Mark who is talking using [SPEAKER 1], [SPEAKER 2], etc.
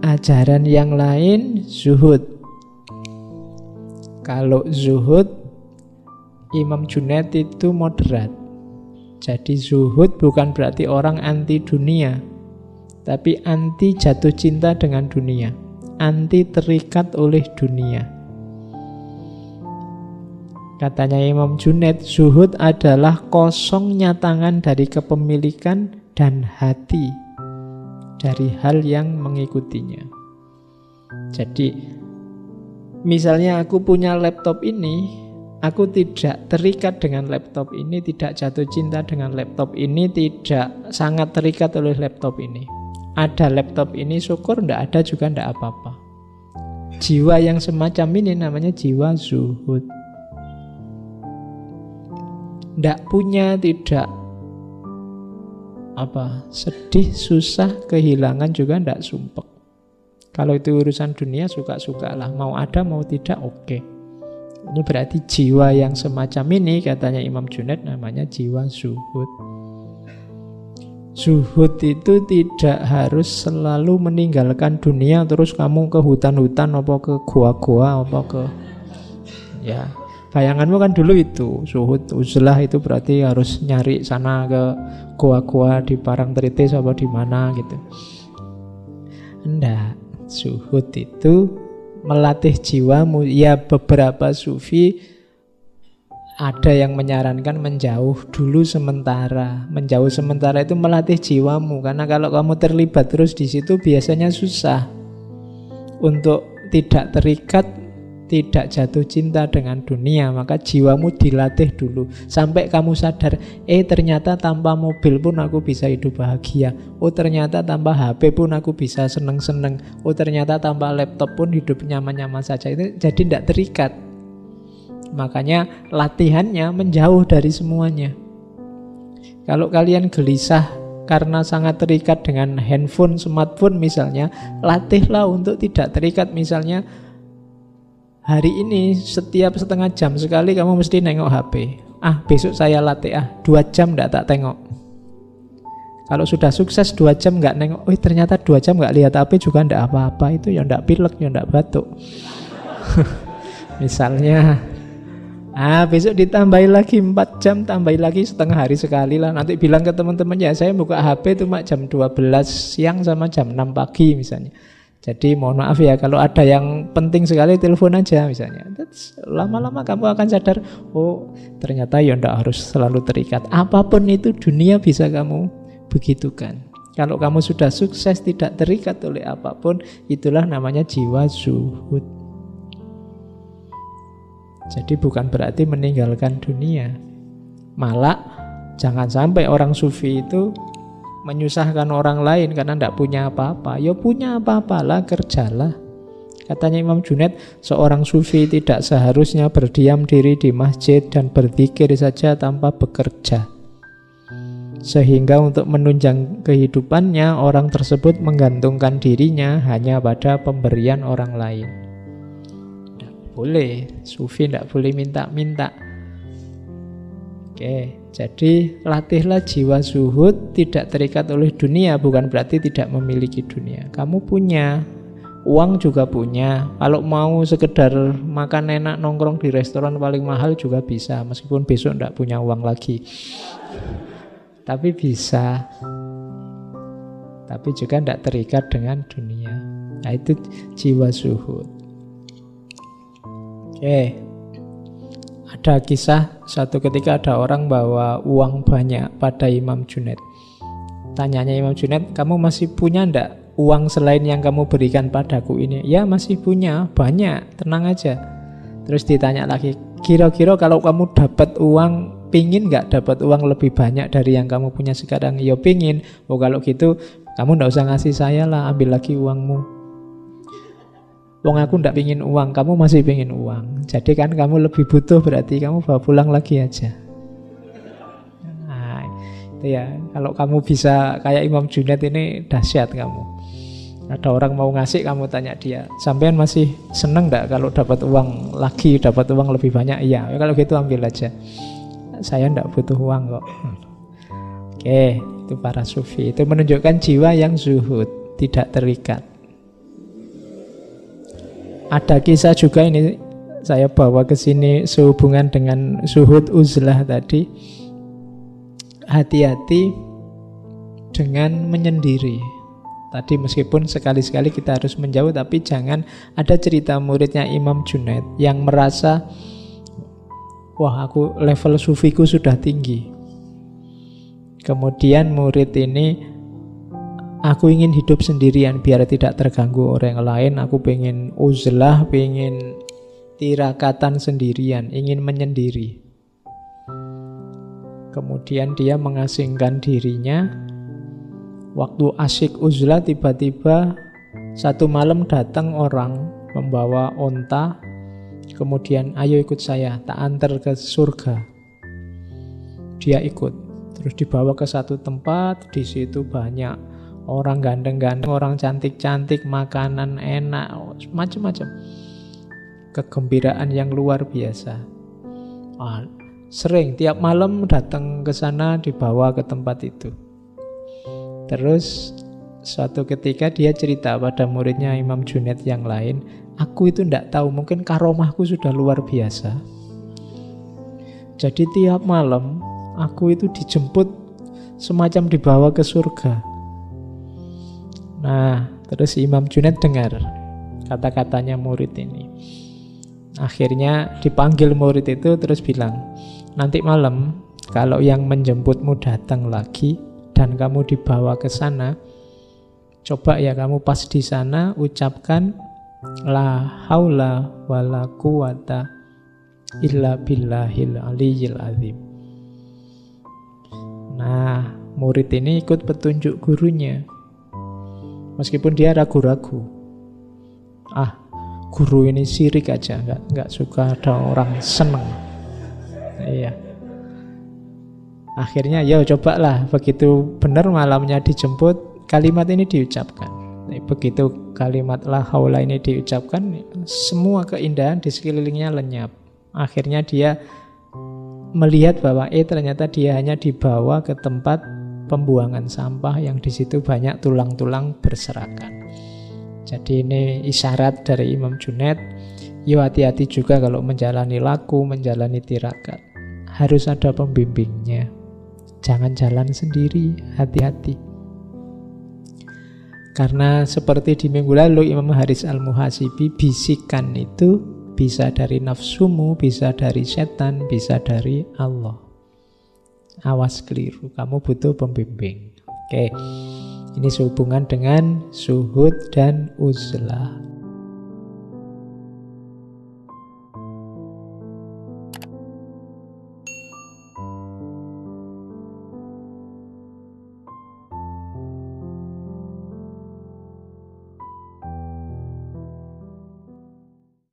[SPEAKER 1] ajaran yang lain zuhud. Kalau zuhud, Imam Junaid itu moderat. Jadi zuhud bukan berarti orang anti dunia, tapi anti jatuh cinta dengan dunia, anti terikat oleh dunia. Katanya Imam Junaid, zuhud adalah kosongnya tangan dari kepemilikan dan hati dari hal yang mengikutinya. Jadi misalnya aku punya laptop ini, aku tidak terikat dengan laptop ini, tidak jatuh cinta dengan laptop ini, tidak sangat terikat oleh laptop ini. Ada laptop ini, syukur, tidak ada juga tidak apa-apa. Jiwa yang semacam ini namanya jiwa zuhud. Tidak punya, tidak sedih, susah, kehilangan juga tidak sumpek. Kalau itu urusan dunia, suka-suka lah. Mau ada, mau tidak, oke. Ini berarti jiwa yang semacam ini, katanya Imam Junaid, namanya jiwa zuhud. Zuhud itu tidak harus selalu meninggalkan dunia, terus kamu ke hutan-hutan, apa ke gua-gua, apa ke... Ya, bayanganmu kan dulu itu, zuhud, uzlah itu berarti harus nyari sana ke gua-gua di Parangtritis, apa di mana gitu. Enggak. Zuhud itu melatih jiwamu. Ya, beberapa sufi ada yang menyarankan menjauh dulu sementara. Menjauh sementara itu melatih jiwamu, karena kalau kamu terlibat terus di situ biasanya susah untuk tidak terikat, tidak jatuh cinta dengan dunia. Maka jiwamu dilatih dulu sampai kamu sadar, ternyata tanpa mobil pun aku bisa hidup bahagia. Oh, ternyata tanpa HP pun aku bisa seneng-seneng. Oh, ternyata tanpa laptop pun hidup nyaman-nyaman saja. Itu jadi tidak terikat. Makanya latihannya menjauh dari semuanya. Kalau kalian gelisah karena sangat terikat dengan handphone, smartphone misalnya, latihlah untuk tidak terikat. Misalnya hari ini setiap setengah jam sekali kamu mesti nengok HP. Besok saya latih 2 jam tidak tak tengok. Kalau sudah sukses 2 jam nggak nengok, ternyata 2 jam nggak lihat HP juga tidak apa-apa. Itu ya tidak pilek, ya tidak batuk. Misalnya besok ditambahi lagi 4 jam, tambahi lagi setengah hari sekali lah. Nanti bilang ke teman-teman, ya saya buka HP cuma jam 12 siang sama jam 6 pagi misalnya. Jadi mohon maaf ya, kalau ada yang penting sekali telepon aja misalnya. Lama-lama kamu akan sadar, oh ternyata ya tidak harus selalu terikat. Apapun itu dunia bisa kamu begitukan. Kalau kamu sudah sukses tidak terikat oleh apapun, itulah namanya jiwa zuhud. Jadi bukan berarti meninggalkan dunia. Malah jangan sampai orang sufi itu menyusahkan orang lain karena tidak punya apa-apa. Ya punya apa-apalah, kerjalah. Katanya Imam Junaid, seorang sufi tidak seharusnya berdiam diri di masjid dan berzikir saja tanpa bekerja. Sehingga untuk menunjang kehidupannya, orang tersebut menggantungkan dirinya hanya pada pemberian orang lain. Tidak boleh, sufi tidak boleh minta-minta. Oke, jadi latihlah jiwa zuhud, tidak terikat oleh dunia, bukan berarti tidak memiliki dunia. Kamu punya, uang juga punya. Kalau mau sekedar makan enak, nongkrong di restoran paling mahal juga bisa, meskipun besok tidak punya uang lagi. Tapi bisa. Tapi juga tidak terikat dengan dunia. Nah, itu jiwa zuhud. Oke. Ada kisah, suatu ketika ada orang bawa uang banyak pada Imam Junaid. Tanyanya Imam Junaid, kamu masih punya ndak uang selain yang kamu berikan padaku ini? Ya masih punya, banyak, tenang aja. Terus ditanya lagi, kira-kira kalau kamu dapat uang, pingin nggak dapat uang lebih banyak dari yang kamu punya sekarang? Ya pingin. Oh kalau gitu, kamu ndak usah ngasih saya lah, ambil lagi uangmu. Wong aku ndak pingin uang, kamu masih pingin uang. Jadi kan kamu lebih butuh, berarti kamu bawa pulang lagi aja. Nah, itu ya. Kalau kamu bisa kayak Imam Junaid ini dahsyat kamu. Ada orang mau ngasih, kamu tanya dia, sampean masih seneng ndak kalau dapat uang lagi, dapat uang lebih banyak? Iya, kalau gitu ambil aja. Saya ndak butuh uang kok. Oke, itu para sufi. Itu menunjukkan jiwa yang zuhud, tidak terikat. Ada kisah juga ini saya bawa ke sini sehubungan dengan suhud uzlah tadi. Hati-hati dengan menyendiri. Tadi meskipun sekali-sekali kita harus menjauh, tapi jangan ada cerita muridnya Imam Junaid yang merasa, wah aku level sufiku sudah tinggi. Kemudian murid ini, aku ingin hidup sendirian biar tidak terganggu orang lain. Aku pengen uzlah, pengen tirakatan sendirian, ingin menyendiri. Kemudian dia mengasingkan dirinya. Waktu asyik uzlah, tiba-tiba satu malam datang orang membawa onta. Kemudian, ayo ikut saya, tak antar ke surga. Dia ikut. Terus dibawa ke satu tempat, di situ banyak orang ganteng-ganteng, orang cantik-cantik, makanan enak, macam-macam. Kegembiraan yang luar biasa. Sering tiap malam datang ke sana, dibawa ke tempat itu. Terus suatu ketika dia cerita pada muridnya Imam Junaid yang lain, aku itu tidak tahu, mungkin karomahku sudah luar biasa. Jadi tiap malam aku itu dijemput semacam dibawa ke surga. Nah, terus Imam Junaid dengar kata-katanya murid ini. Akhirnya dipanggil murid itu terus bilang, nanti malam kalau yang menjemputmu datang lagi dan kamu dibawa ke sana, coba ya kamu pas di sana ucapkan la haula wala quwata illa billahil aliyyil azim. Nah, murid ini ikut petunjuk gurunya. Meskipun dia ragu-ragu. Guru ini sirik aja, nggak suka ada orang seneng. Iya. Akhirnya ya cobalah, begitu benar malamnya dijemput, kalimat ini diucapkan. Begitu kalimat la haula ini diucapkan, semua keindahan di sekelilingnya lenyap. Akhirnya dia melihat bahwa ternyata dia hanya dibawa ke tempat pembuangan sampah yang di situ banyak tulang-tulang berserakan. Jadi ini isyarat dari Imam Junaid, yo hati-hati juga kalau menjalani laku, menjalani tirakat. Harus ada pembimbingnya. Jangan jalan sendiri, hati-hati. Karena seperti di minggu lalu Imam Haris Al-Muhasibi, bisikan itu bisa dari nafsumu, bisa dari setan, bisa dari Allah. Awas keliru, kamu butuh pembimbing. Oke, ini sehubungan dengan suhud dan uzlah.